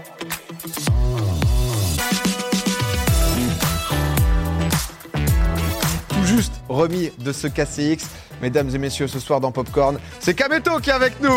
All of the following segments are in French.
Tout juste remis de ce KCX. Mesdames et messieurs, ce soir dans Popcorn, c'est Kameto qui est avec nous.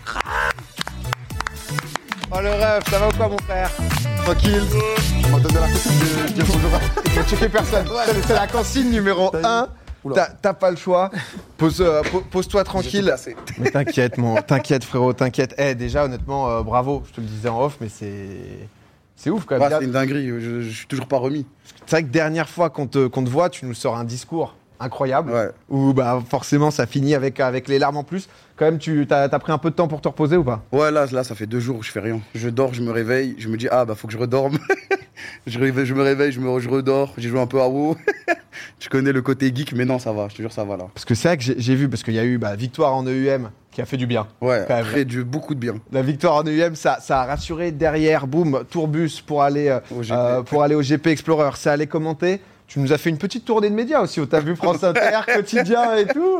Oh le rêve, ça va ou quoi mon frère? Tranquille. On m'a donné la consigne de dire bonjour. Il faut checker personne. C'est la consigne numéro 1. T'as pas le choix. Pose-toi tranquille. Mais t'inquiète frérot, t'inquiète. Déjà honnêtement, bravo. Je te le disais en off, mais c'est ouf quand même. C'est une dinguerie, je suis toujours pas remis. C'est vrai que dernière fois qu'on te voit, tu nous sors un discours incroyable. Ouais. Où forcément ça finit avec les larmes en plus. Quand même, t'as pris un peu de temps pour te reposer ou pas? Ouais, là, ça fait 2 jours que je fais rien. Je dors, je me réveille, je me dis, faut que je redorme. je me réveille, je redors, j'ai joué un peu à WoW. Je connais le côté geek, mais non, ça va, je te jure, ça va là. Parce que c'est vrai que j'ai vu, parce qu'il y a eu victoire en EUM qui a fait du bien. Ouais, beaucoup de bien. La victoire en EUM, ça a rassuré derrière, boum, tourbus pour aller au GP Explorer. Ça allait commenter. Tu nous as fait une petite tournée de médias aussi, où t'as vu France Inter, Quotidien et tout.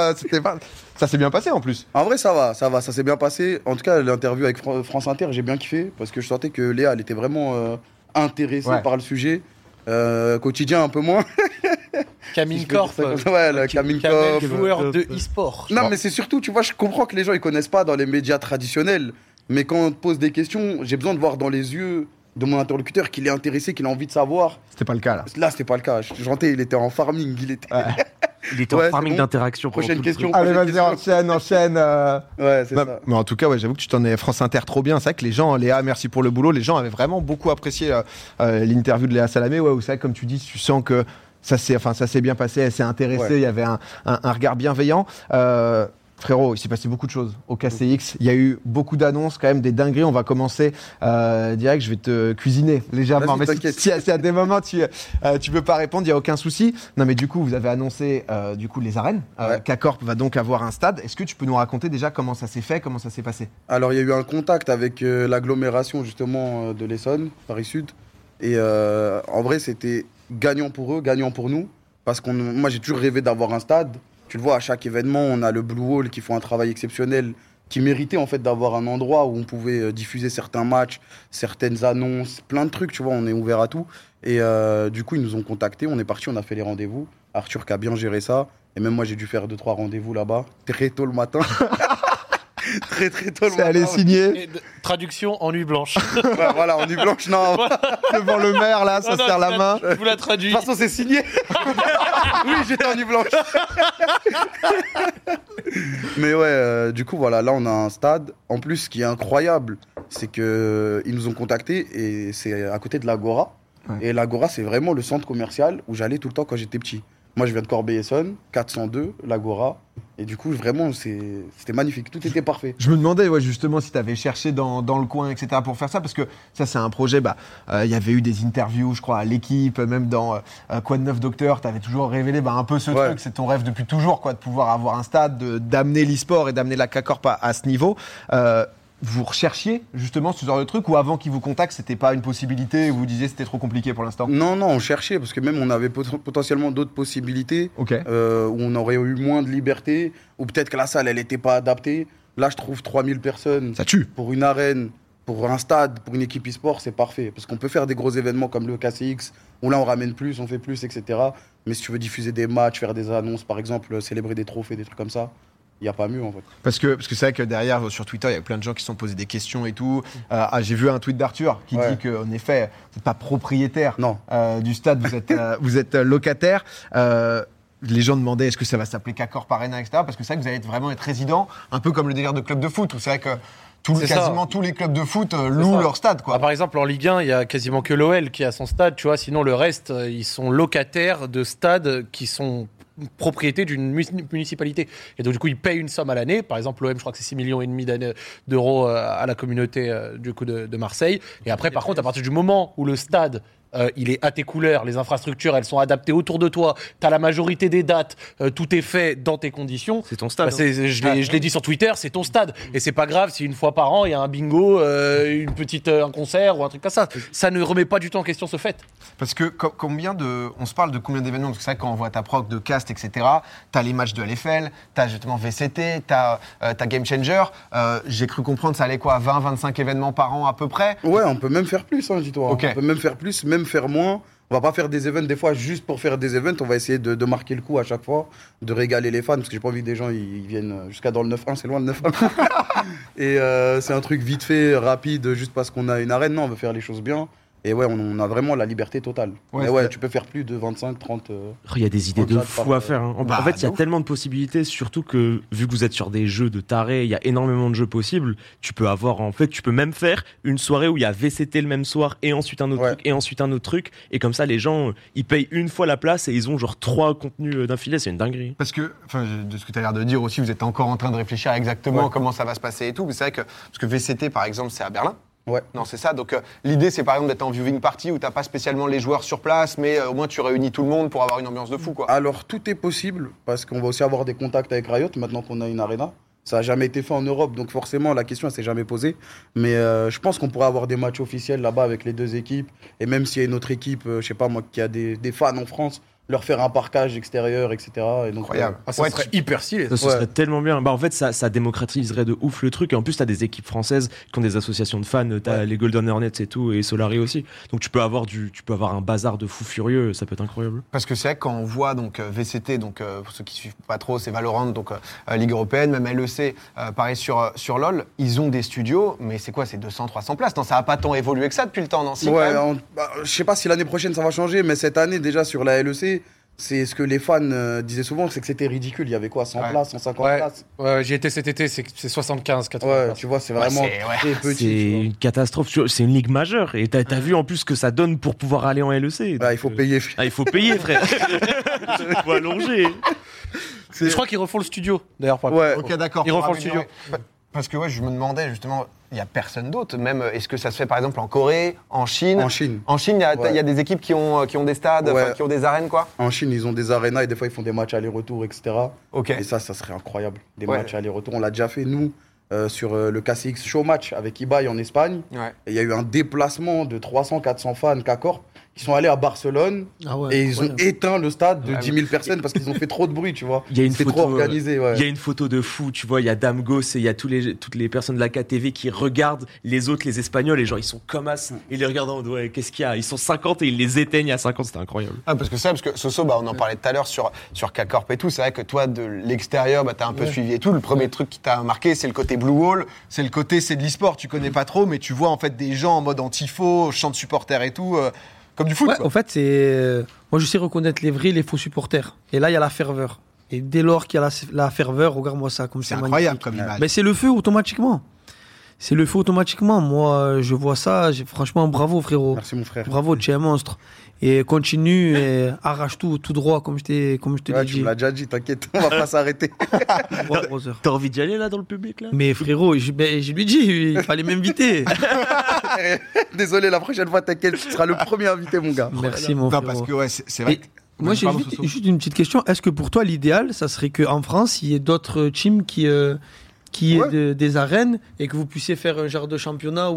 Ça s'est bien passé en plus. En vrai, ça s'est bien passé. En tout cas, l'interview avec France Inter, j'ai bien kiffé parce que je sentais que Léa, elle était vraiment intéressée par le sujet. Quotidien, un peu moins. Camille Corp. Ouais, Camille Corp. Joueur de e-sport. Non, mais c'est surtout, tu vois, je comprends que les gens, ils connaissent pas dans les médias traditionnels. Mais quand on te pose des questions, j'ai besoin de voir dans les yeux de mon interlocuteur qu'il est intéressé, qu'il a envie de savoir. C'était pas le cas là. Là, c'était pas le cas. J'entends, il était en farming. Il était en farming d'interaction. Prochaine question. Allez, vas-y, enchaîne. Ouais, c'est ça. Mais en tout cas, j'avoue que tu t'en es France Inter trop bien. C'est vrai que les gens, Léa, merci pour le boulot. Les gens avaient vraiment beaucoup apprécié l'interview de Léa Salamé. Ouais, où c'est vrai, comme tu dis, tu sens que ça s'est bien passé. Elle s'est intéressée. Il y avait un regard bienveillant. Frérot, il s'est passé beaucoup de choses au KCX. Il y a eu beaucoup d'annonces, quand même, des dingueries. On va commencer direct. Je vais te cuisiner légèrement. Mais si à des moments tu peux pas répondre, il y a aucun souci. Non, mais du coup, vous avez annoncé les arènes. K-Corp va donc avoir un stade. Est-ce que tu peux nous raconter déjà comment ça s'est fait, comment ça s'est passé? Alors, il y a eu un contact avec l'agglomération justement de l'Essonne, Paris Sud. Et en vrai, c'était gagnant pour eux, gagnant pour nous. Parce que moi, j'ai toujours rêvé d'avoir un stade. Tu le vois, à chaque événement, on a le Blue Wall qui font un travail exceptionnel, qui méritait en fait d'avoir un endroit où on pouvait diffuser certains matchs, certaines annonces, plein de trucs, tu vois, on est ouvert à tout. Et du coup, ils nous ont contactés, on est parti, on a fait les rendez-vous. Arthur qui a bien géré ça, et même moi j'ai dû faire 2-3 rendez-vous là-bas, très tôt le matin. Très tôt le matin. C'est allé signer. Traduction en nuit blanche. Voilà, en nuit blanche, non. Devant le maire, là, ça se serre la main. Je vous la traduis. De toute façon, c'est signé. Oui, j'étais en nuit blanche. Mais ouais, du coup, voilà, là, on a un stade. En plus, ce qui est incroyable, c'est qu'ils nous ont contactés et c'est à côté de l'Agora. Ouais. Et l'Agora, c'est vraiment le centre commercial où j'allais tout le temps quand j'étais petit. Moi, je viens de Corbeil-Essonnes, 402, l'Agora. Et du coup, vraiment, c'était magnifique. Tout était parfait. Je me demandais justement si tu avais cherché dans le coin, etc. pour faire ça. Parce que ça, c'est un projet. Il y avait eu des interviews, je crois, à l'équipe. Même dans Quoi de neuf, Docteur, tu avais toujours révélé un peu ce truc. C'est ton rêve depuis toujours, quoi, de pouvoir avoir un stade, d'amener l'e-sport et d'amener la K-Corp à ce niveau. Vous recherchiez justement ce genre de truc ou avant qu'ils vous contactent, c'était pas une possibilité, vous disiez c'était trop compliqué pour l'instant? Non, on cherchait parce que même on avait potentiellement d'autres possibilités où on aurait eu moins de liberté, ou peut-être que la salle elle était pas adaptée. Là, je trouve 3000 personnes. Ça tue. Pour une arène, pour un stade, pour une équipe e-sport, c'est parfait. Parce qu'on peut faire des gros événements comme le KCX, où là on ramène plus, on fait plus, etc. Mais si tu veux diffuser des matchs, faire des annonces, par exemple, célébrer des trophées, des trucs comme ça, il n'y a pas mieux en fait. Parce que c'est vrai que derrière, sur Twitter, il y a plein de gens qui se sont posés des questions et tout. J'ai vu un tweet d'Arthur qui dit qu'en effet, vous n'êtes pas propriétaire du stade, vous êtes locataire. Les gens demandaient est-ce que ça va s'appeler K-Corp Arena, etc. Parce que c'est vrai que vous allez vraiment être résident, un peu comme le délire de club de foot, où c'est vrai que quasiment tous les clubs de foot louent leur stade, quoi. Par exemple, en Ligue 1, il y a quasiment que l'OL qui a son stade, tu vois. Sinon, le reste, ils sont locataires de stades qui sont propriété d'une municipalité. Et donc, du coup, ils payent une somme à l'année. Par exemple, l'OM, je crois que c'est 6,5 millions d'euros à la communauté du coup de Marseille. Et après, par contre, à partir du moment où le stade il est à tes couleurs, les infrastructures, elles sont adaptées autour de toi, tu as la majorité des dates, tout est fait dans tes conditions. C'est ton stade. Je l'ai dit sur Twitter, c'est ton stade. Et c'est pas grave si une fois par an, il y a un bingo, un concert ou un truc comme ça. Ça ne remet pas du tout en question ce fait. Parce que on se parle de combien d'événements, parce que c'est vrai quand on voit ta proc de cast, etc., t'as les matchs de l'FL, t'as justement VCT, t'as Game Changer, j'ai cru comprendre ça allait quoi, 20-25 événements par an à peu près. Ouais, on peut même faire plus, hein, dis-toi. Okay. On peut même faire plus, même faire moins. On va pas faire des events des fois juste pour faire des events, on va essayer de marquer le coup à chaque fois, de régaler les fans, parce que j'ai pas envie que des gens ils viennent jusqu'à dans le 9-1, c'est loin le 9-1. Et c'est un truc vite fait, rapide, juste parce qu'on a une arène, non, on veut faire les choses bien. Et ouais, on a vraiment la liberté totale. Mais ouais, tu peux faire plus de 25, 30... Il y a des idées de fou à faire. Hein. En fait, il y a tellement de possibilités, surtout que, vu que vous êtes sur des jeux de tarés, il y a énormément de jeux possibles. Tu peux même faire une soirée où il y a VCT le même soir, et ensuite un autre truc, et ensuite un autre truc. Et comme ça, les gens, ils payent une fois la place, et ils ont genre 3 contenus d'affilée. C'est une dinguerie. Parce que, de ce que tu as l'air de dire aussi, vous êtes encore en train de réfléchir à exactement comment ça va se passer et tout. Mais c'est vrai que, parce que VCT, par exemple, c'est à Berlin. Ouais. Non, c'est ça. Donc, l'idée, c'est par exemple d'être en viewing party où t'as pas spécialement les joueurs sur place, mais au moins tu réunis tout le monde pour avoir une ambiance de fou, quoi. Alors, tout est possible, parce qu'on va aussi avoir des contacts avec Riot, maintenant qu'on a une arena. Ça n'a jamais été fait en Europe, donc forcément, la question, elle s'est jamais posée. Mais je pense qu'on pourrait avoir des matchs officiels là-bas avec les 2 équipes. Et même s'il y a une autre équipe, je sais pas moi, qui a des fans en France, leur faire un parquage extérieur, etc. Et donc, incroyable. Ça serait hyper stylé. Ça serait tellement bien. En fait, ça démocratiserait de ouf le truc. Et en plus, t'as des équipes françaises qui ont des associations de fans. T'as les Golden Hornets et tout, et Solari aussi. Donc tu peux avoir un bazar de fous furieux. Ça peut être incroyable. Parce que c'est vrai que quand on voit donc VCT, donc pour ceux qui suivent pas trop, c'est Valorant, donc Ligue européenne, même LEC, pareil sur LoL, ils ont des studios, mais c'est quoi, c'est 200-300 places. Non, ça a pas tant évolué que ça depuis le temps, non? Je sais pas si l'année prochaine ça va changer, mais cette année déjà sur la LEC. C'est ce que les fans disaient souvent, c'est que c'était ridicule. Il y avait quoi, 100 places, 150 places. Ouais, j'y étais cet été, c'est 75, 80 Ouais, places. tu vois, c'est vraiment très petit. C'est une catastrophe. C'est une ligue majeure. Et t'as vu en plus ce que ça donne pour pouvoir aller en LEC. Bah, il faut payer. Il faut payer, frère. Il faut allonger. Je crois qu'ils refont le studio, d'ailleurs. Ok, d'accord. Ils refont le studio. Parce que je me demandais justement, il n'y a personne d'autre. Même, est-ce que ça se fait par exemple en Corée, en Chine? En Chine. En Chine, il y a des équipes qui ont des stades, qui ont des arènes, quoi. En Chine, ils ont des arénas et des fois, ils font des matchs aller-retour, etc. Ok. Et ça serait incroyable. Des matchs aller-retour. On l'a déjà fait, nous, sur le KCX Showmatch avec Ibai en Espagne. Ouais. Et il y a eu un déplacement de 300-400 fans K-Corp qui sont allés à Barcelone et ils ont éteint le stade de 10 000 personnes parce qu'ils ont fait trop de bruit, tu vois. C'est trop organisé. Il y a une photo de fou, tu vois. Il y a Damgos et il y a toutes les personnes de la KTV qui regardent les autres, les Espagnols, et genre ils sont comme as. Ils les regardent en mode, ouais, qu'est-ce qu'il y a? Ils sont 50 et ils les éteignent à 50, c'était incroyable. Parce que Soso, on en parlait tout à l'heure sur K-Corp et tout. C'est vrai que toi, de l'extérieur, t'as un peu suivi et tout. Le premier truc qui t'a marqué, c'est le côté Blue Wall. C'est de l'e-sport. Tu connais pas trop, mais tu vois en fait des gens en mode anti-faux, chant de supporters et tout. Comme du foot, quoi. En fait, moi, je sais reconnaître les vrais et les faux supporters. Et là, il y a la ferveur. Et dès lors qu'il y a la ferveur, regarde-moi ça, comme c'est incroyable magnifique. comme image. Mais c'est le feu automatiquement. Moi, je vois ça. Franchement, bravo, frérot. Merci, mon frère. Bravo, tu es un monstre. Et continue et arrache tout droit, comme je te l'ai dit. Tu me l'as déjà dit, t'inquiète, on va pas s'arrêter. T'as envie d'y aller là dans le public là? Mais frérot, je lui ai dit, il fallait m'inviter. Désolé, la prochaine fois, t'inquiète, tu seras le premier invité, mon gars. Merci, mon frère. Parce que c'est vrai. Moi, j'ai juste une petite question. Est-ce que pour toi, l'idéal, ça serait qu'en France, il y ait d'autres teams qui aient des arènes et que vous puissiez faire un genre de championnat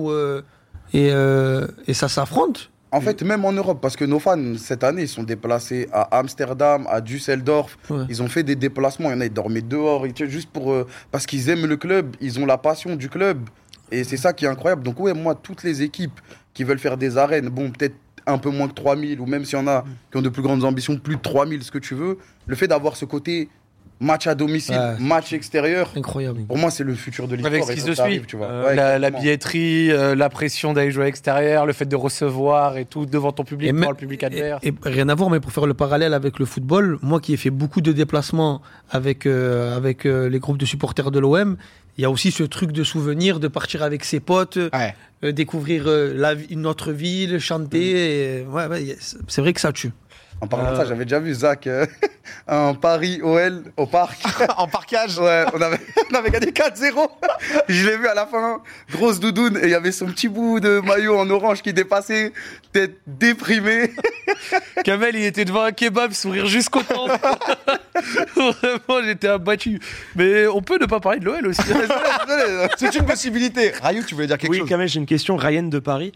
et ça s'affronte? En fait, même en Europe, parce que nos fans, cette année, ils sont déplacés à Amsterdam, à Düsseldorf. Ouais. Ils ont fait des déplacements. Il y en a, ils dormaient dehors, juste parce qu'ils aiment le club, ils ont la passion du club. Et c'est ça qui est incroyable. Donc, moi, toutes les équipes qui veulent faire des arènes, peut-être un peu moins que 3000, ou même s'il y en a qui ont de plus grandes ambitions, plus de 3000, ce que tu veux, le fait d'avoir ce côté match à domicile, match extérieur. Incroyable. Pour moi, c'est le futur de l'histoire. Avec ce qui se suit, tu vois. La billetterie, la pression d'aller jouer à l'extérieur, le fait de recevoir et tout devant ton public, devant le public adverse. Et rien à voir, mais pour faire le parallèle avec le football, moi qui ai fait beaucoup de déplacements avec les groupes de supporters de l'OM, il y a aussi ce truc de souvenir, de partir avec ses potes, découvrir une autre ville, chanter. C'est vrai que ça tue. En parlant de ça, j'avais déjà vu Zach un Paris OL au parc. En parquage. Ouais, on avait gagné 4-0. Je l'ai vu à la fin, grosse doudoune, et il y avait son petit bout de maillot en orange qui dépassait, tête déprimée. Kamel, il était devant un kebab, sourire jusqu'au temps. Vraiment, j'étais abattu. Mais on peut ne pas parler de l'OL aussi. Désolé. C'est une possibilité. Rayou, tu voulais dire quelque chose? Oui, Kamel, j'ai une question. Ryan de Paris.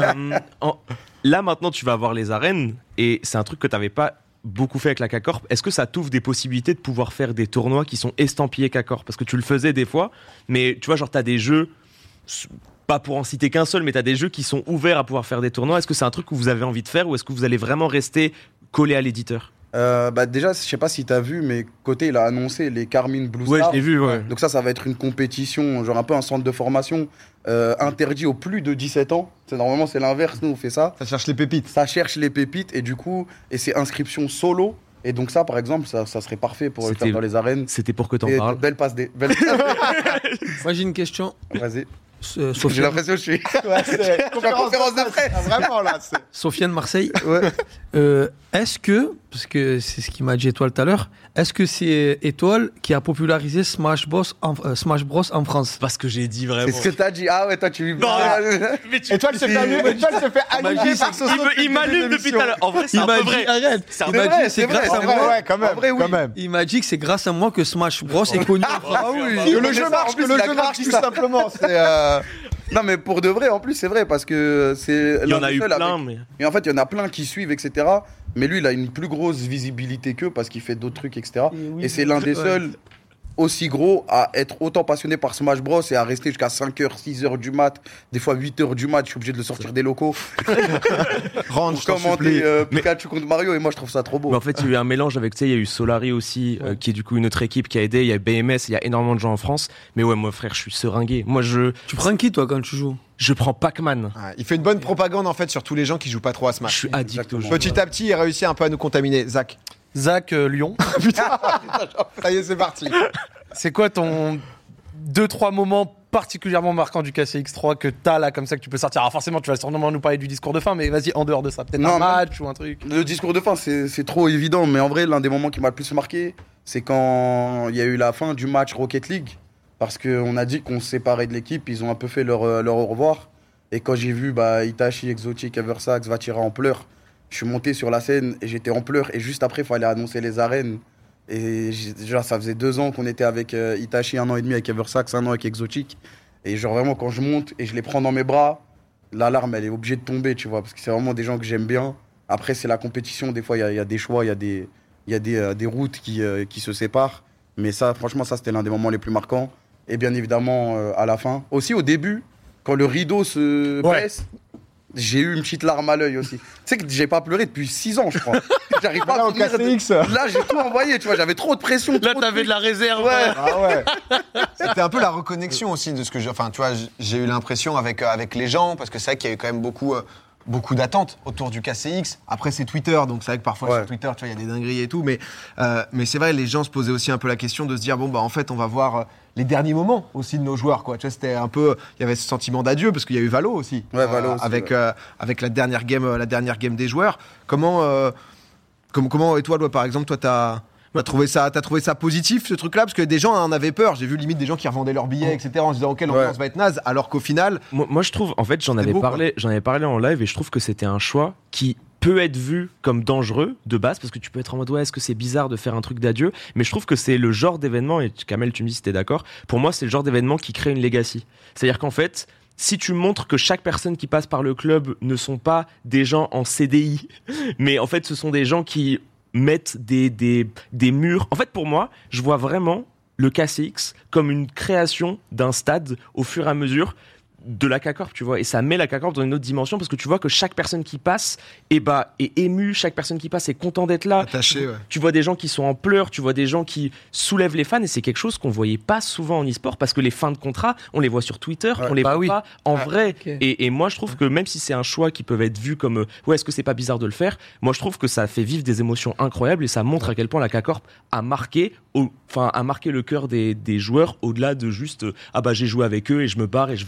Là, maintenant, tu vas avoir les arènes et c'est un truc que tu n'avais pas beaucoup fait avec la K-Corp. Est-ce que ça t'ouvre des possibilités de pouvoir faire des tournois qui sont estampillés K-Corp? Parce que tu le faisais des fois, mais tu vois, genre, tu as des jeux, pas pour en citer qu'un seul, mais tu as des jeux qui sont ouverts à pouvoir faire des tournois. Est-ce que c'est un truc que vous avez envie de faire ou est-ce que vous allez vraiment rester collé à l'éditeur? Déjà, je sais pas si t'as vu, mais Côté, il a annoncé les Carmine Blue Ouais, Stars. je l'ai vu, ouais. Donc ça va être une compétition, genre un peu un centre de formation interdit aux plus de 17 ans. Normalement, c'est l'inverse, nous on fait ça. Ça cherche les pépites. Ça cherche les pépites et du coup, c'est inscription solo. Et donc ça, par exemple, ça serait parfait pour le faire dans les arènes. C'était pour que t'en Et parles. belle passe des... Moi, j'ai une question. Vas-y. J'ai Sofiane, l'impression que je suis... Ouais, c'est conférence de presse. Vraiment, là. Sofiane Marseille. Ouais. Est-ce que, parce que c'est ce qu'il m'a dit Étoile tout à l'heure, est-ce que c'est Étoile qui a popularisé Smash Bros en France? Parce que j'ai dit vraiment. C'est ce que t'as dit. Ah ouais, toi tu... Mais tu... Étoile se fait allumer par Soso. Il m'allume depuis tout à l'heure. En vrai, c'est Il un m'a peu dit, vrai. arrête. C'est un Il peu m'a vrai. dit, c'est grâce à c'est moi. vrai. Ouais, quand même. En vrai, oui. Quand même. Il m'a dit que c'est grâce à moi que Smash Bros est connu en France. Ah oui. Que le jeu marche, tout simplement. C'est. Non mais pour de vrai, en plus c'est vrai parce que c'est... Il y en l'un a des eu seuls plein, avec- mais. Et en fait, il y en a plein qui suivent, etc. Mais lui, il a une plus grosse visibilité qu'eux parce qu'il fait d'autres trucs, etc. Et c'est l'un des seuls aussi gros à être autant passionné par Smash Bros et à rester jusqu'à 5h, 6h du mat, des fois 8h du mat, je suis obligé de le sortir des locaux Range, pour je t'en commenter supplie. Pikachu contre Mario et moi je trouve ça trop beau. Mais en fait, il y a eu un mélange avec, tu sais, il y a eu Solari aussi, qui est du coup une autre équipe qui a aidé. Il y a BMS, il y a énormément de gens en France. Mais ouais, moi, frère, je suis seringué. Moi, Tu prends qui, toi, quand tu joues? je prends Pac-Man. Ouais, il fait une bonne propagande en fait sur tous les gens qui jouent pas trop à Je Smash. suis addict au jeu. Petit à petit, il a réussi un peu à nous contaminer. Zach. Zach, Lyon. Putain, ça y est, c'est parti. C'est quoi ton 2-3 moments particulièrement marquants du KCX3 que t'as là comme ça que tu peux sortir? Alors forcément, tu vas sûrement nous parler du discours de fin, mais vas-y, en dehors de ça, peut-être Non, un match ou un truc. Le discours de fin, c'est trop évident, mais en vrai, l'un des moments qui m'a le plus marqué, c'est quand il y a eu la fin du match Rocket League. Parce qu'on a dit qu'on se séparait de l'équipe, ils ont un peu fait leur au revoir. Et quand j'ai vu Itachi, Exotic, Eversax, Vatira en pleurs, je suis monté sur la scène et j'étais en pleurs. Et juste après, il fallait annoncer les arènes. Et genre, ça faisait 2 ans qu'on était avec Itachi, 1 an et demi avec Eversax, 1 an avec Exotic. Et genre vraiment, quand je monte et je les prends dans mes bras, l'alarme, elle est obligée de tomber, tu vois. Parce que c'est vraiment des gens que j'aime bien. Après, c'est la compétition. Des fois, il y a des choix, il y a des routes qui se séparent. Mais ça, franchement, ça, c'était l'un des moments les plus marquants. Et bien évidemment, à la fin. Aussi, au début, quand le rideau se baisse, j'ai eu une petite larme à l'œil aussi. Tu sais que j'ai pas pleuré depuis 6 ans, je crois. J'arrive pas à finir KCX. Là, j'ai tout envoyé, tu vois. J'avais trop de pression. Là, trop de t'avais trucs. de la réserve. Ouais. Ah ouais. C'était un peu la reconnexion aussi de ce que enfin, tu vois, j'ai eu l'impression avec les gens, parce que c'est vrai qu'il y a eu quand même beaucoup d'attentes autour du KCX. Après, c'est Twitter, donc c'est vrai que parfois sur Twitter, tu vois, il y a des dingueries et tout, mais c'est vrai, les gens se posaient aussi un peu la question de se dire, bon, bah, en fait, on va voir les derniers moments aussi de nos joueurs, quoi. Tu vois, c'était un peu, il y avait ce sentiment d'adieu, parce qu'il y a eu Valo aussi. Ouais, Valo aussi, avec la dernière game des joueurs. Comment, et toi, par exemple, toi, t'as trouvé ça positif, ce truc-là? Parce que des gens en avaient peur. J'ai vu limite des gens qui revendaient leurs billets, etc. en se disant, ok, l'ambiance va être naze. Alors qu'au final. Moi, je trouve, en fait, j'en avais parlé en live et je trouve que c'était un choix qui peut être vu comme dangereux de base parce que tu peux être en mode ouais, est-ce que c'est bizarre de faire un truc d'adieu, mais je trouve que c'est le genre d'événement, et Kamel, tu me dis si t'es d'accord, pour moi c'est le genre d'événement qui crée une legacy. C'est-à-dire qu'en fait, si tu montres que chaque personne qui passe par le club ne sont pas des gens en CDI, mais en fait ce sont des gens qui mettent des murs. En fait, pour moi, je vois vraiment le KCX comme une création d'un stade au fur et à mesure de la K-Corp, tu vois, et ça met la K-Corp dans une autre dimension parce que tu vois que chaque personne qui passe est émue, chaque personne qui passe est content d'être là. Attaché, ouais. Tu vois des gens qui sont en pleurs, tu vois des gens qui soulèvent les fans, et c'est quelque chose qu'on voyait pas souvent en e-sport parce que les fins de contrat, on les voit sur Twitter, on les voit pas en vrai. Okay. Et moi, je trouve que même si c'est un choix qui peut être vu comme ouais, est-ce que c'est pas bizarre de le faire, moi je trouve que ça fait vivre des émotions incroyables et ça montre à quel point la K-Corp a marqué le cœur des joueurs au-delà de juste ah bah j'ai joué avec eux et je me barre et je vais dans Ouais, j'ai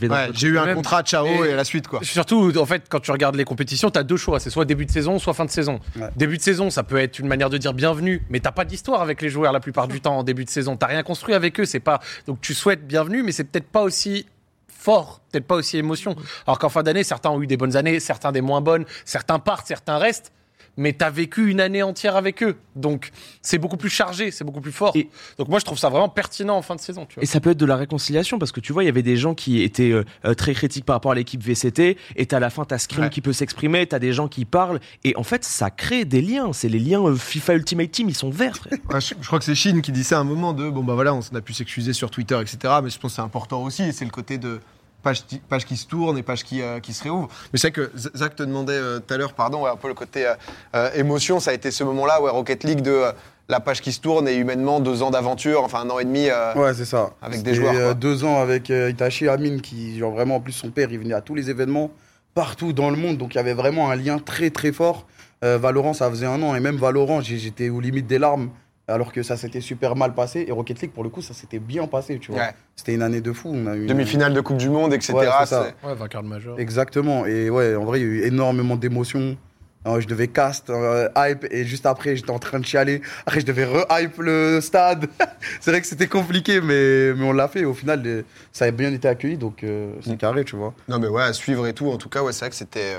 eu un Même. contrat, ciao, et la suite, quoi. Surtout, en fait, quand tu regardes les compétitions, t'as deux choix. C'est soit début de saison, soit fin de saison. Ouais. Début de saison, ça peut être une manière de dire bienvenue, mais t'as pas d'histoire avec les joueurs la plupart du temps en début de saison. T'as rien construit avec eux. C'est pas. Donc tu souhaites bienvenue, mais c'est peut-être pas aussi fort, peut-être pas aussi émotion. Alors qu'en fin d'année, certains ont eu des bonnes années, certains des moins bonnes, certains partent, certains restent. Mais t'as vécu une année entière avec eux. Donc, c'est beaucoup plus chargé, c'est beaucoup plus fort. Donc, moi, je trouve ça vraiment pertinent en fin de saison. Tu vois. Et ça peut être de la réconciliation, parce que tu vois, il y avait des gens qui étaient très critiques par rapport à l'équipe VCT, et à la fin, t'as Scream qui peut s'exprimer, t'as des gens qui parlent, et en fait, ça crée des liens. C'est les liens FIFA Ultimate Team, ils sont verts, frère. Ouais, je crois que c'est Shin qui dit ça à un moment de bon bah voilà, on a pu s'excuser sur Twitter, etc. Mais je pense que c'est important aussi, et c'est le côté de page qui se tourne et page qui se réouvre. Mais c'est vrai que Zach te demandait tout à l'heure, pardon, un peu le côté émotion, ça a été ce moment-là, Rocket League de la page qui se tourne et humainement 2 ans d'aventure, enfin 1 an et demi. Ouais, c'est ça. Avec des joueurs. Quoi. 2 ans avec Itachi Amin, qui, genre vraiment, en plus, son père, il venait à tous les événements, partout dans le monde. Donc, il y avait vraiment un lien très, très fort. Valorant, ça faisait 1 an. Et même Valorant, j'étais aux limites des larmes, alors que ça s'était super mal passé. Et Rocket League, pour le coup, ça s'était bien passé, tu vois. Ouais. C'était une année de fou. On a eu demi-finale de Coupe du Monde, etc. Ouais, c'est vainqueur de major. Exactement. Et ouais, en vrai, il y a eu énormément d'émotions. Alors, je devais cast, hype, et juste après, j'étais en train de chialer. Après, je devais re-hype le stade. C'est vrai que c'était compliqué, mais on l'a fait. Au final, ça a bien été accueilli, donc c'est carré, tu vois. Non, mais ouais, à suivre et tout. En tout cas, ouais, c'est vrai que c'était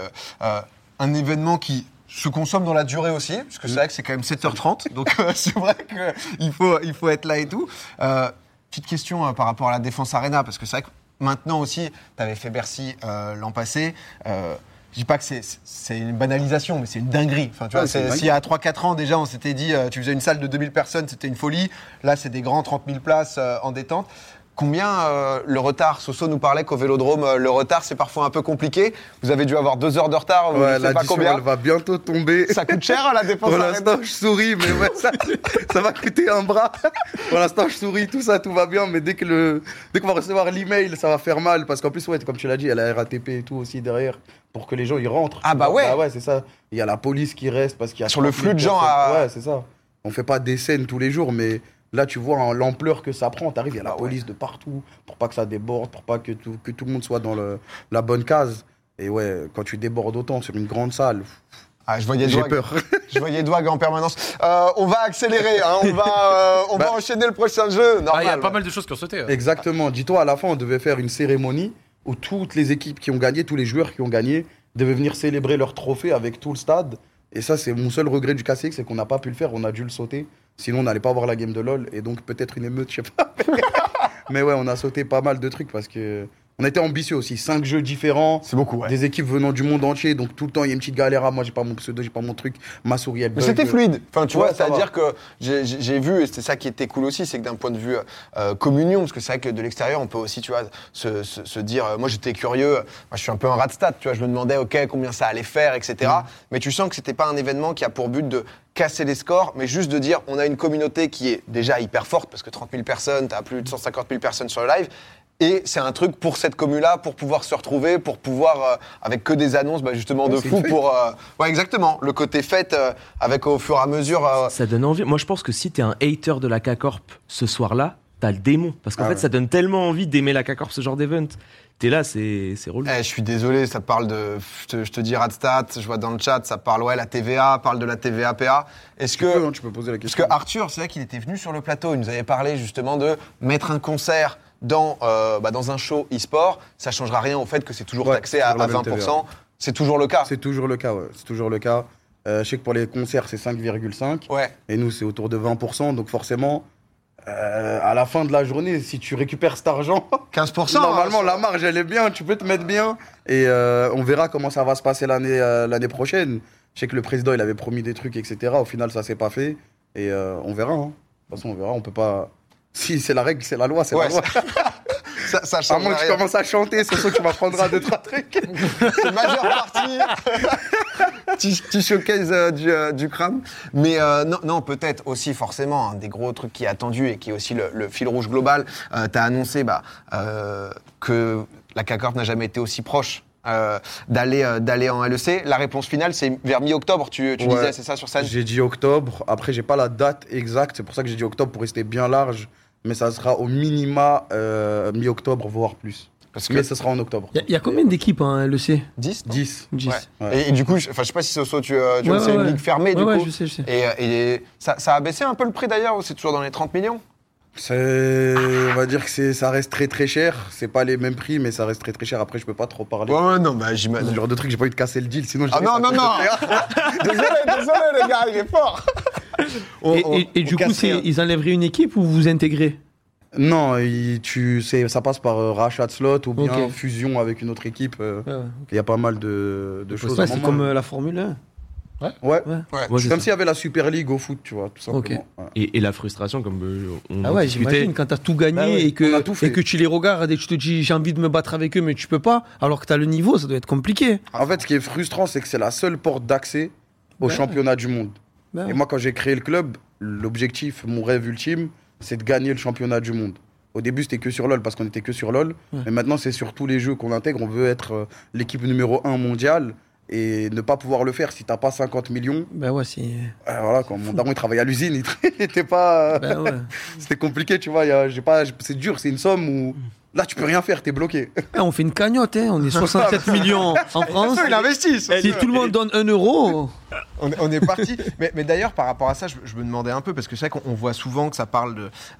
un événement qui se consomme dans la durée aussi, parce que c'est vrai que c'est quand même 7h30, donc c'est vrai qu'il faut être là et tout. Petite question par rapport à la Défense Arena, parce que c'est vrai que maintenant aussi, tu avais fait Bercy l'an passé. Je dis pas que c'est une banalisation, mais c'est une dinguerie. Enfin, tu vois, s'il y a 3-4 ans déjà, on s'était dit, tu faisais une salle de 2000 personnes, c'était une folie. Là, c'est des grands 30 000 places en détente. Combien le retard, Soso nous parlait qu'au Vélodrome, le retard, c'est parfois un peu compliqué. Vous avez dû avoir 2 heures de retard. Ouais, l'addition, elle va bientôt tomber. Ça coûte cher à la Défense Pour l'instant, je souris, mais ouais, ça va coûter un bras. Pour l'instant, je souris, tout va bien, mais dès qu'on va recevoir l'email, ça va faire mal. Parce qu'en plus, ouais, comme tu l'as dit, il y a la RATP et tout aussi derrière, pour que les gens y rentrent. Ah bah ouais. Bah ouais, c'est ça. Il y a la police qui reste parce qu'il y a... Sur le flux de gens Ouais, c'est ça. On fait pas des scènes tous les jours, mais... Là, tu vois l'ampleur que ça prend. T'arrives, il y a la police de partout pour pas que ça déborde, pour pas que tout le monde soit dans la bonne case. Et ouais, quand tu débordes autant sur une grande salle, j'ai peur. Je voyais Dwag en permanence. On va accélérer, hein, on va enchaîner le prochain jeu. Il y a pas mal de choses qui ont sauté. Exactement. Dis-toi, à la fin, on devait faire une cérémonie où toutes les équipes qui ont gagné, tous les joueurs qui ont gagné, devaient venir célébrer leur trophée avec tout le stade. Et ça, c'est mon seul regret du KCX, c'est qu'on n'a pas pu le faire, on a dû le sauter. Sinon, on n'allait pas avoir la game de LoL, et donc peut-être une émeute, je sais pas. Mais ouais, on a sauté pas mal de trucs parce que on était ambitieux aussi. 5 jeux différents. C'est beaucoup, ouais. Des équipes venant du monde entier, donc tout le temps, il y a une petite galère. Moi, j'ai pas mon pseudo, j'ai pas mon truc. Ma souris, elle bug. Mais c'était fluide. Enfin, tu vois, c'est-à-dire que j'ai vu, et c'était ça qui était cool aussi, c'est que d'un point de vue communion, parce que c'est vrai que de l'extérieur, on peut aussi, tu vois, se dire, moi j'étais curieux, moi je suis un peu un rat de stat, tu vois, je me demandais, ok, combien ça allait faire, etc. Mais tu sens que c'était pas un événement qui a pour but de casser les scores, mais juste de dire, on a une communauté qui est déjà hyper forte, parce que 30 000 personnes, t'as plus de 150 000 personnes sur le live. Et c'est un truc pour cette commu-là, pour pouvoir se retrouver, pour pouvoir, avec que des annonces justement de fou, pour... ouais, exactement, le côté fête, avec au fur et à mesure... Ça donne envie. Moi, je pense que si t'es un hater de la K-Corp ce soir-là, t'as le démon. Parce qu'en fait, ça donne tellement envie d'aimer la K-Corp, ce genre d'event. T'es là, c'est relou. Je suis désolé, ça parle de... Je te dis Radstat, je vois dans le chat, ça parle, la TVA, parle de la TVA-PA. Est-ce que... tu peux poser la question. Parce que Arthur, c'est vrai qu'il était venu sur le plateau, il nous avait parlé justement de mettre un concert dans un show e-sport, ça changera rien au fait que c'est toujours taxé à 20%. TVA. C'est toujours le cas. C'est toujours le cas, ouais. C'est toujours le cas. Je sais que pour les concerts, c'est 5,5. Ouais. Et nous, c'est autour de 20%. Donc forcément, à la fin de la journée, si tu récupères cet argent, 15%. Normalement, la marge, elle est bien. Tu peux te mettre bien. Et on verra comment ça va se passer l'année prochaine. Je sais que le président, il avait promis des trucs, etc. Au final, ça s'est pas fait. Et on verra. Hein. De toute façon, on verra. On peut pas... Si c'est la règle, c'est la loi, c'est la loi. Ça change. À moins que tu commences à chanter, c'est sûr que tu m'apprendras 2-3 trucs. C'est majeure partie. Petit showcase du crâne. Mais non, peut-être aussi forcément un des gros trucs qui est attendu et qui est aussi le fil rouge global. T'as annoncé que la K-Corp n'a jamais été aussi proche. D'aller en LEC. La réponse finale, c'est vers mi-octobre, tu disais, c'est ça sur scène? J'ai dit octobre. Après, j'ai pas la date exacte. C'est pour ça que j'ai dit octobre pour rester bien large. Mais ça sera au minima mi-octobre, voire plus. Mais ce sera en octobre. Il y a combien d'équipes en LEC? 10 10. Ouais. Et du coup, je sais pas si Soso, tu vois, c'est une ligue fermée, du coup. Je sais. Et ça a baissé un peu le prix d'ailleurs, ou c'est toujours dans les 30 millions? On va dire que ça reste très très cher. C'est pas les mêmes prix, mais ça reste très très cher. Après, je peux pas trop parler. Ouais, non, bah j'imagine. Ce genre de truc, j'ai pas envie de casser le deal, sinon je Ah non Désolé les gars, il est fort. Et du coup, ils enlèveraient une équipe ou vous intégrez? Non, ça passe par rachat de slot ou bien fusion avec une autre équipe. Il y a pas mal de choses. Ouais, c'est comme la Formule 1. Ouais. Ouais, Comme s'il y avait la Super League au foot, tu vois, tout simplement. Ok. Ouais. Et la frustration, comme on Ah ouais, discutait. j'imagine, quand t'as tout gagné et que tu les regardes et que tu te dis j'ai envie de me battre avec eux, mais tu peux pas, alors que t'as le niveau, ça doit être compliqué. En fait, ce qui est frustrant, c'est que c'est la seule porte d'accès au championnat du monde. Et moi, quand j'ai créé le club, l'objectif, mon rêve ultime, c'est de gagner le championnat du monde. Au début, c'était que sur LoL, parce qu'on était que sur LoL. Mais maintenant, c'est sur tous les jeux qu'on intègre. On veut être l'équipe numéro 1 mondiale. Et ne pas pouvoir le faire si t'as pas 50 millions. Ben ouais, c'est. Voilà, quand mon daron il travaillait à l'usine, il était pas. C'était compliqué, tu vois. C'est dur, c'est une somme où. Là, tu peux rien faire, t'es bloqué. On fait une cagnotte, hein. On est 67 millions en France. Il investit. Si tout le monde donne 1 euro. On est parti. Mais d'ailleurs, par rapport à ça, je me demandais un peu, parce que c'est vrai qu'on voit souvent que ça parle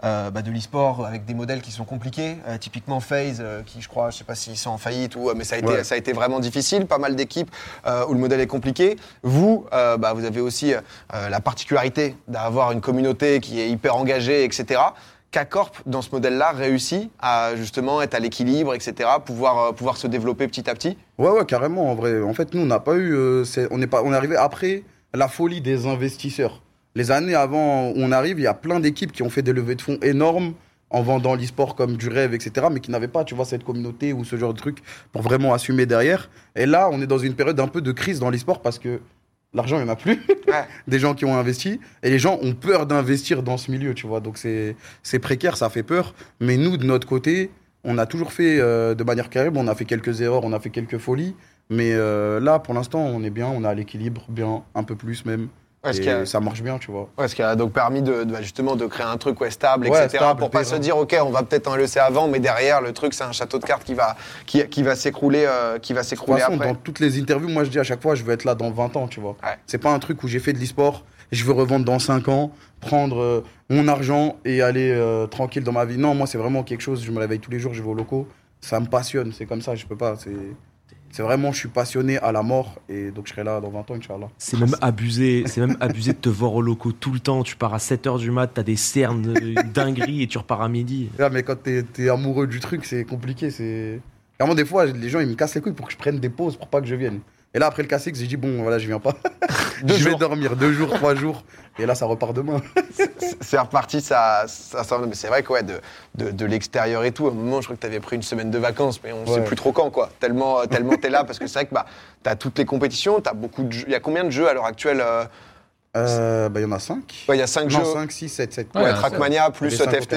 de l'e-sport avec des modèles qui sont compliqués. Typiquement FaZe, qui je crois, je sais pas s'ils sont en faillite, mais ça a été vraiment difficile. Pas mal d'équipes où le modèle est compliqué. Vous avez aussi la particularité d'avoir une communauté qui est hyper engagée, etc. K-Corp, dans ce modèle-là, réussit à justement être à l'équilibre, etc., pouvoir se développer petit à petit? Ouais, carrément, en vrai. En fait, nous, on n'a pas eu... on est arrivé après la folie des investisseurs. Les années avant où on arrive, il y a plein d'équipes qui ont fait des levées de fonds énormes en vendant l'e-sport comme du rêve, etc., mais qui n'avaient pas, tu vois, cette communauté ou ce genre de truc pour vraiment assumer derrière. Et là, on est dans une période un peu de crise dans l'e-sport parce que l'argent, il n'y en a plus. Des gens qui ont investi. Et les gens ont peur d'investir dans ce milieu, tu vois. Donc, c'est précaire, ça fait peur. Mais nous, de notre côté, on a toujours fait de manière carrée. Bon, on a fait quelques erreurs, on a fait quelques folies. Mais là, pour l'instant, on est bien. On est à l'équilibre, bien, un peu plus même. Et ça marche bien, tu vois. Ouais, ce qui a donc permis justement de créer un truc stable, etc. Stable, pour pas se dire, OK, on va peut-être en LEC avant, mais derrière, le truc, c'est un château de cartes qui va s'écrouler après. Dans toutes les interviews, moi, je dis à chaque fois, je veux être là dans 20 ans, tu vois. Ouais. C'est pas un truc où j'ai fait de l'e-sport, je veux revendre dans 5 ans, prendre mon argent et aller tranquille dans ma vie. Non, moi, c'est vraiment quelque chose, je me réveille tous les jours, je vais au locaux. Ça me passionne, c'est comme ça, je peux pas. C'est vraiment, je suis passionné à la mort et donc je serai là dans 20 ans, Inch'Allah. C'est même abusé de te voir au locaux tout le temps. Tu pars à 7h du mat, t'as des cernes, dinguerie et tu repars à midi. Ouais, mais quand t'es amoureux du truc, c'est compliqué. Vraiment, des fois, les gens, ils me cassent les couilles pour que je prenne des pauses pour pas que je vienne. Et là, après le KCX, j'ai dit, bon, voilà, je viens pas. Je vais dormir 2 jours, 3 jours. Et là, ça repart demain. C'est reparti, ça mais c'est vrai que de l'extérieur et tout, à un moment, je crois que tu avais pris une semaine de vacances, mais on sait plus trop quand, quoi. Tellement t'es là, parce que c'est vrai que t'as toutes les compétitions, t'as beaucoup de jeux. Il y a combien de jeux à l'heure actuelle? Il y en a 5. Ouais, il y a 5 jeux. 5, 6, 7. Ouais, Trackmania plus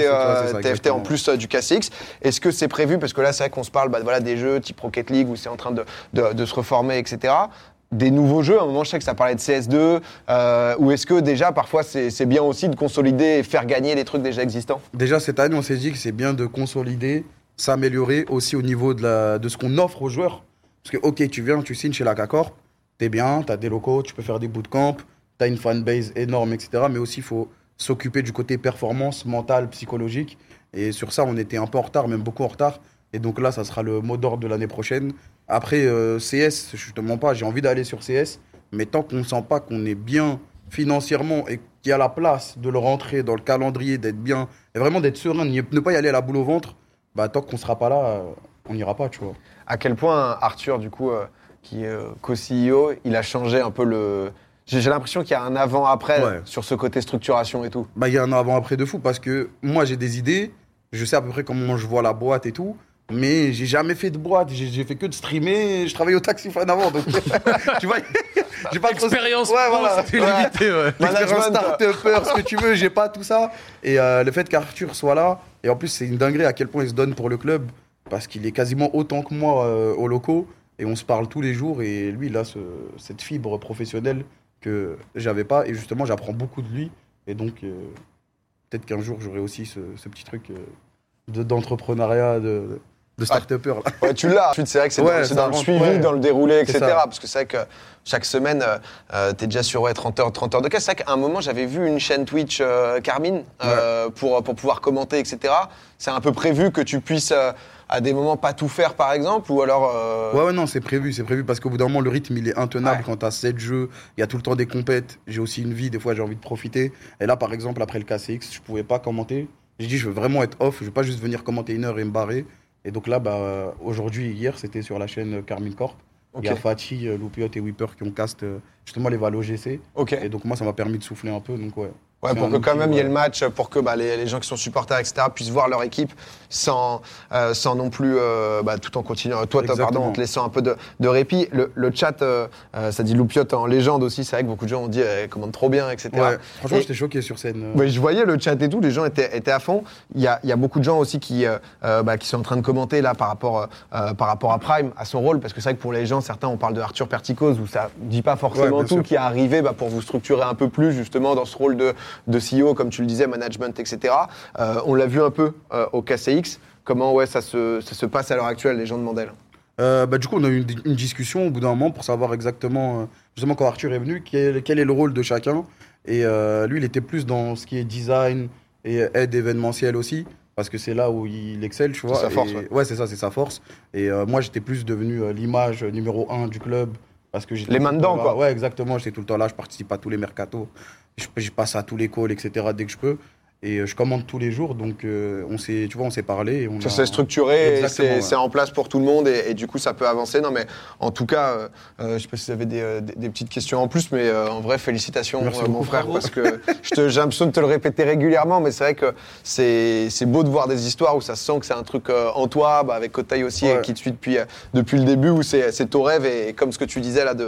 TFT en plus du KCX. Est-ce que c'est prévu, parce que là, c'est vrai qu'on se parle des jeux type Rocket League où c'est en train de se reformer, etc. Des nouveaux jeux, à un moment je sais que ça parlait de CS2, ou est-ce que déjà parfois c'est bien aussi de consolider et faire gagner les trucs déjà existants? Déjà cette année on s'est dit que c'est bien de consolider, s'améliorer aussi au niveau de ce qu'on offre aux joueurs. Parce que ok, tu viens, tu signes chez la K-Corp, t'es bien, t'as des locaux, tu peux faire des bootcamps, t'as une fanbase énorme, etc. Mais aussi il faut s'occuper du côté performance, mentale, psychologique. Et sur ça on était un peu en retard, même beaucoup en retard. Et donc là, ça sera le mot d'ordre de l'année prochaine. Après, CS, je te mens pas, j'ai envie d'aller sur CS. Mais tant qu'on ne sent pas qu'on est bien financièrement et qu'il y a la place de le rentrer dans le calendrier, d'être bien, et vraiment d'être serein, ne pas y aller à la boule au ventre, tant qu'on ne sera pas là, on n'ira pas, tu vois. À quel point Arthur, du coup, qui est co-CEO, il a changé un peu le... J'ai l'impression qu'il y a un avant-après sur ce côté structuration et tout. Il y a un avant-après de fou parce que moi, j'ai des idées, je sais à peu près comment je vois la boîte et tout. Mais j'ai jamais fait de boîte, j'ai fait que de streamer, je travaillais au Taxi Fan avant, donc tu vois, j'ai pas l'expérience, c'était limité, l'expérience start-upper, ce que tu veux, j'ai pas tout ça. Et le fait qu'Arthur soit là, et en plus c'est une dinguerie à quel point il se donne pour le club, parce qu'il est quasiment autant que moi aux locaux, et on se parle tous les jours, et lui il a cette fibre professionnelle que j'avais pas, et justement j'apprends beaucoup de lui, et donc peut-être qu'un jour j'aurai aussi ce petit truc d'entrepreneuriat, de start-upper. Là. Ouais, tu l'as. Ensuite, c'est vrai que c'est dans le suivi, dans le déroulé, etc. Parce que c'est vrai que chaque semaine, t'es déjà sur 30 heures de casse. C'est vrai qu'à un moment, j'avais vu une chaîne Twitch Carmine pour pouvoir commenter, etc. C'est un peu prévu que tu puisses à des moments pas tout faire, par exemple, ou alors... Ouais, non, c'est prévu parce qu'au bout d'un moment, le rythme, il est intenable quand t'as 7 jeux, il y a tout le temps des compètes, j'ai aussi une vie, des fois, j'ai envie de profiter. Et là, par exemple, après le KCX, je pouvais pas commenter. J'ai dit, je veux vraiment être off, je veux pas juste venir commenter 1 heure et me barrer. Et donc là, aujourd'hui, hier, c'était sur la chaîne Carmine Corp. Il y a Fatih, Loupiot et Whipper qui ont cast justement les Valo GC. Et donc moi, ça m'a permis de souffler un peu, donc Ouais, pour que quand même il y ait le match, pour que les gens qui sont supporters, etc., puissent voir leur équipe sans non plus, tout en continuant, toi, en te laissant un peu de répit. Le chat, ça dit Loupiot en légende aussi, c'est vrai que beaucoup de gens ont dit commande trop bien, etc. Ouais, franchement, j'étais choqué sur scène. Ouais, je voyais le chat et tout, les gens étaient à fond. Il y a beaucoup de gens aussi qui sont en train de commenter là par rapport à Prime, à son rôle, parce que c'est vrai que pour les gens, certains, on parle de Arthur Perticos, où ça dit pas forcément tout, qui est arrivé pour vous structurer un peu plus, justement, dans ce rôle de CEO, comme tu le disais, management, etc. On l'a vu un peu au KCX. Comment ça se passe à l'heure actuelle, les gens demandaient là. Du coup, on a eu une discussion au bout d'un moment pour savoir exactement, justement, quand Arthur est venu, quel est le rôle de chacun. Et lui, il était plus dans ce qui est design et aide événementielle aussi, parce que c'est là où il excelle, tu vois. C'est sa force, ouais, c'est ça, c'est sa force. Et moi, j'étais plus devenu l'image numéro 1 du club. Parce que les mains dedans, quoi. Ouais, exactement. J'étais tout le temps là, je participe à tous les mercatos. Je passe à tous les calls, etc. dès que je peux. Et je commande tous les jours, donc on s'est parlé. Et ça s'est structuré, et c'est en place pour tout le monde, et du coup ça peut avancer. Non mais en tout cas, je sais pas si vous avez des petites questions en plus, mais en vrai félicitations mon frère, parce que j'ai l'impression de te le répéter régulièrement, mais c'est vrai que c'est beau de voir des histoires où ça se sent que c'est un truc en toi, avec Kotaï aussi, qui te suit depuis le début, où c'est ton rêve, et comme ce que tu disais là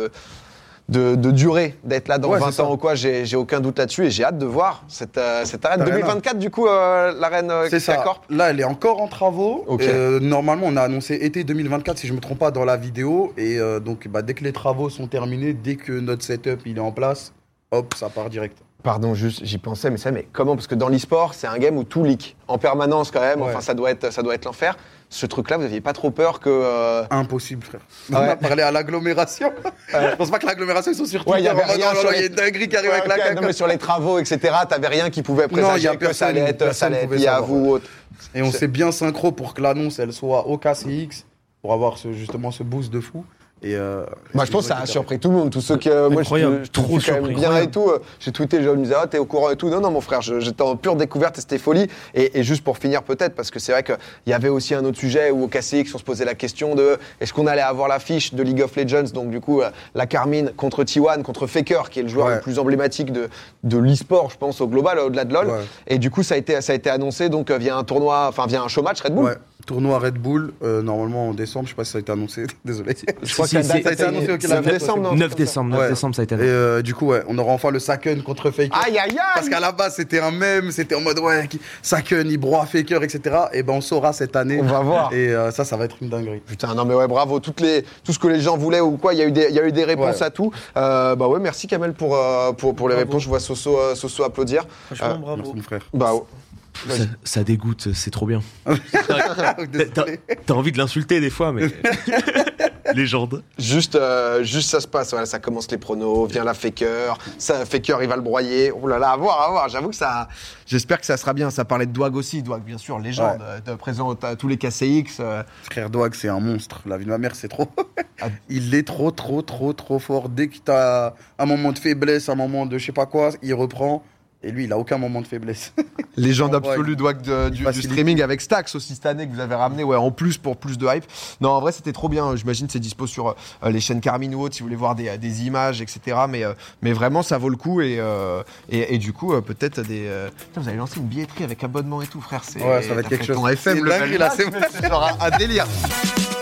de durer, d'être là dans 20 ans ou quoi, j'ai aucun doute là-dessus, et j'ai hâte de voir cette arène. 2024, du coup, l'arène Corp. Là, elle est encore en travaux. Normalement, on a annoncé été 2024, si je ne me trompe pas, dans la vidéo. Et donc, dès que les travaux sont terminés, dès que notre setup il est en place, hop, ça part direct. Pardon, juste, j'y pensais, mais comment ? Parce que dans l'e-sport, c'est un game où tout leak en permanence quand même. Enfin, ça doit être l'enfer. Ce truc-là, vous n'aviez pas trop peur que... Impossible, frère. On a parlé à l'agglomération. Je pense pas que l'agglomération, ils sont surtout... Il y avait rien il y a une dinguerie qui arrive avec la caca. Non, mais sur les travaux, etc., t'avais rien qui pouvait présager que ça allait être lié à vous ou autre. Et on s'est bien synchro pour que l'annonce, elle soit au KCX, pour avoir justement ce boost de fou. Et je pense que ça a surpris tout le monde, tous ceux qui moi je trouve quand même bien et tout. J'ai tweeté, je me disais t'es au courant et tout. Non mon frère, j'étais en pure découverte et c'était folie. Et juste pour finir peut-être, parce que c'est vrai qu'il y avait aussi un autre sujet où au KCX on se posait la question de est-ce qu'on allait avoir l'affiche de League of Legends, donc du coup la Carmine contre T1, contre Faker qui est le joueur le plus emblématique de l'e-sport, je pense au global, au-delà de LoL. Et du coup ça a été annoncé donc via un tournoi, enfin via un showmatch Red Bull. Tournoi Red Bull, normalement en décembre, je sais pas si ça a été annoncé, désolé. Je crois que ça a été annoncé au 9 décembre, 9 décembre, ça a été annoncé. Et du coup, on aura enfin le Saken contre Faker. Aïe aïe aïe. Parce qu'à la base, c'était un mème, c'était en mode Saken, il broie Faker, etc. Et on saura cette année. On va voir. Et ça va être une dinguerie. Putain, non mais bravo, tout ce que les gens voulaient ou quoi, il y a eu des réponses à tout. Merci Kamel pour les réponses. Je vois Soso applaudir. Franchement, bravo. Merci mon frère. Ça dégoûte, c'est trop bien. T'as envie de l'insulter des fois, mais légende. Juste ça se passe, ça commence les pronos, vient la Faker, Faker il va le broyer. Oh là là, à voir. J'avoue que ça, j'espère que ça sera bien. Ça parlait de Dwag aussi, Dwag bien sûr, légende, présent à tous les KCX. Frère Dwag, c'est un monstre. La vie de ma mère, c'est trop. Il est trop fort. Dès que t'as un moment de faiblesse, un moment de je sais pas quoi, il reprend. Et lui, il a aucun moment de faiblesse. Légende absolue du streaming avec Stax aussi cette année que vous avez ramené, en plus pour plus de hype. Non, en vrai, c'était trop bien. J'imagine c'est dispo sur les chaînes Carmine ou autres si vous voulez voir des images, etc. Mais vraiment, ça vaut le coup et du coup, peut-être des. Putain, vous avez lancé une billetterie avec abonnement et tout, frère. Ça va être quelque chose. Ton FM, c'est dingue, là, c'est genre un délire.